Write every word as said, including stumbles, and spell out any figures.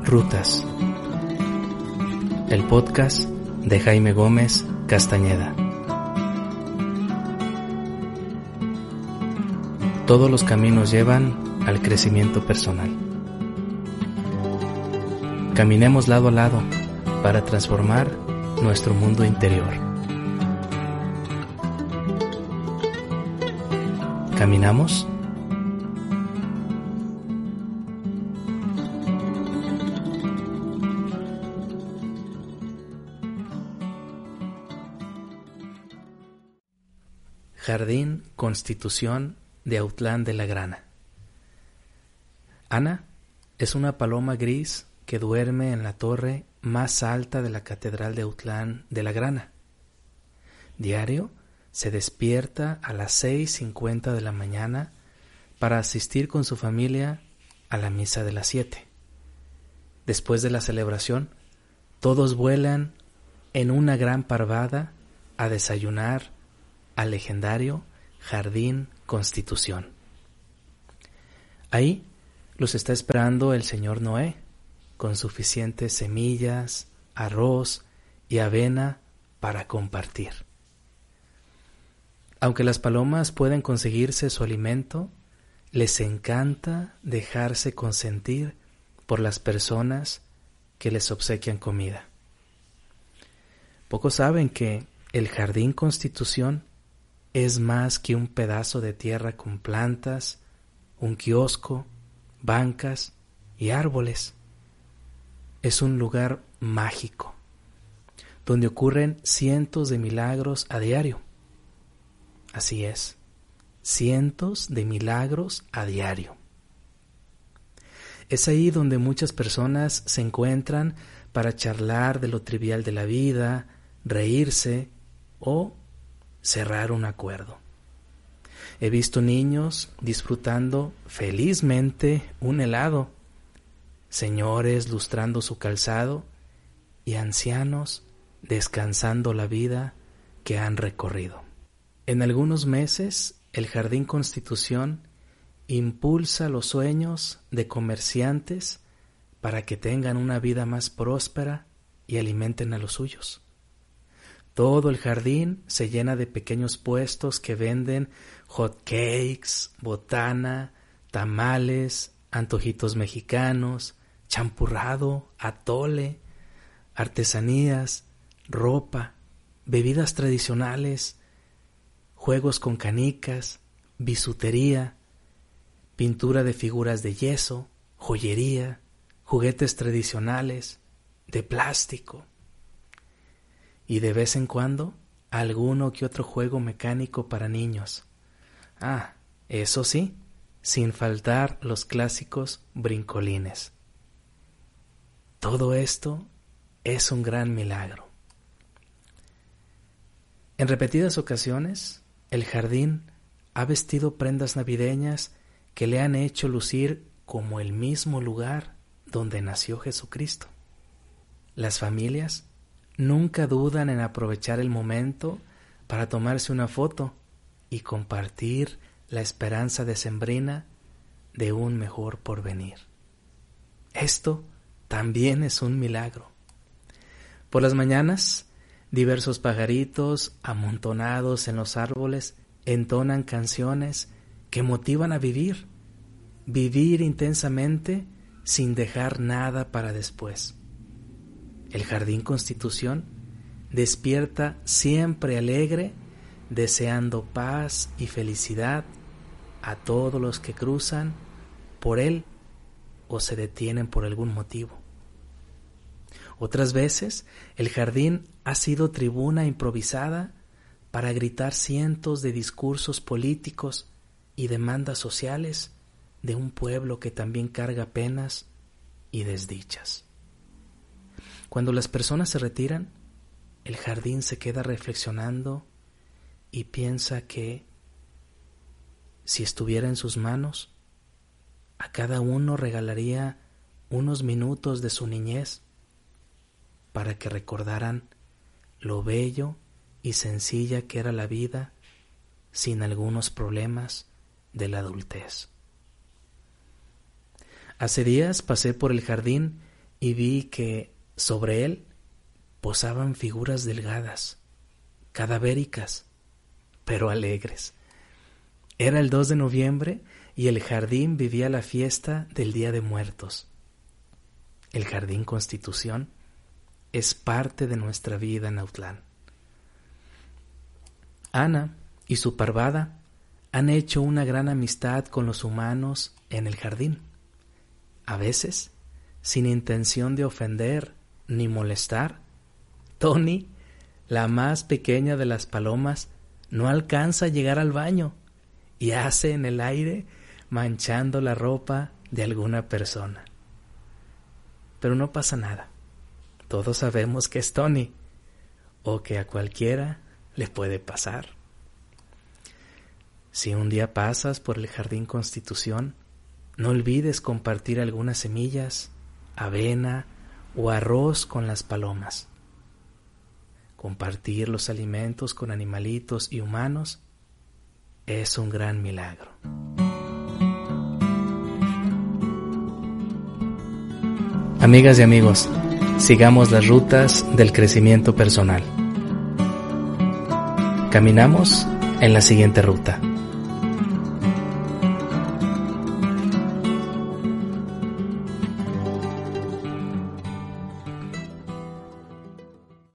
Rutas, el podcast de Jaime Gómez Castañeda. Todos los caminos llevan al crecimiento personal. Caminemos lado a lado para transformar nuestro mundo interior. ¿Caminamos? Jardín Constitución de Autlán de la Grana. Ana es una paloma gris que duerme en la torre más alta de la Catedral de Autlán de la Grana. Diario se despierta a las seis cincuenta de la mañana para asistir con su familia a la misa de las siete. Después de la celebración, todos vuelan en una gran parvada a desayunar al legendario Jardín Constitución. Ahí los está esperando el señor Noé, con suficientes semillas, arroz y avena para compartir. Aunque las palomas pueden conseguirse su alimento, les encanta dejarse consentir por las personas que les obsequian comida. Pocos saben que el Jardín Constitución es más que un pedazo de tierra con plantas, un kiosco, bancas y árboles. Es un lugar mágico, donde ocurren cientos de milagros a diario. Así es, cientos de milagros a diario. Es ahí donde muchas personas se encuentran para charlar de lo trivial de la vida, reírse o cerrar un acuerdo. He visto niños disfrutando felizmente un helado, señores lustrando su calzado y ancianos descansando la vida que han recorrido. En algunos meses, el Jardín Constitución impulsa los sueños de comerciantes para que tengan una vida más próspera y alimenten a los suyos. Todo el jardín se llena de pequeños puestos que venden hot cakes, botana, tamales, antojitos mexicanos, champurrado, atole, artesanías, ropa, bebidas tradicionales, juegos con canicas, bisutería, pintura de figuras de yeso, joyería, juguetes tradicionales, de plástico. Y de vez en cuando, alguno que otro juego mecánico para niños. Ah, eso sí, sin faltar los clásicos brincolines. Todo esto es un gran milagro. En repetidas ocasiones, el jardín ha vestido prendas navideñas que le han hecho lucir como el mismo lugar donde nació Jesucristo. Las familias nunca dudan en aprovechar el momento para tomarse una foto y compartir la esperanza decembrina de un mejor porvenir. Esto también es un milagro. Por las mañanas, diversos pajaritos amontonados en los árboles entonan canciones que motivan a vivir, vivir intensamente sin dejar nada para después. El Jardín Constitución despierta siempre alegre, deseando paz y felicidad a todos los que cruzan por él o se detienen por algún motivo. Otras veces, el jardín ha sido tribuna improvisada para gritar cientos de discursos políticos y demandas sociales de un pueblo que también carga penas y desdichas. Cuando las personas se retiran, el jardín se queda reflexionando y piensa que, si estuviera en sus manos, a cada uno regalaría unos minutos de su niñez para que recordaran lo bello y sencilla que era la vida sin algunos problemas de la adultez. Hace días pasé por el jardín y vi que sobre él posaban figuras delgadas, cadavéricas, pero alegres. Era el dos de noviembre y el jardín vivía la fiesta del Día de Muertos. El Jardín Constitución es parte de nuestra vida en Autlán. Ana y su parvada han hecho una gran amistad con los humanos en el jardín. A veces, sin intención de ofender ni molestar, Tony, la más pequeña de las palomas, no alcanza a llegar al baño y hace en el aire manchando la ropa de alguna persona. Pero no pasa nada. Todos sabemos que es Tony, o que a cualquiera le puede pasar. Si un día pasas por el Jardín Constitución, no olvides compartir algunas semillas, avena o arroz con las palomas. Compartir los alimentos con animalitos y humanos es un gran milagro. Amigas y amigos, sigamos las rutas del crecimiento personal. Caminamos en la siguiente ruta.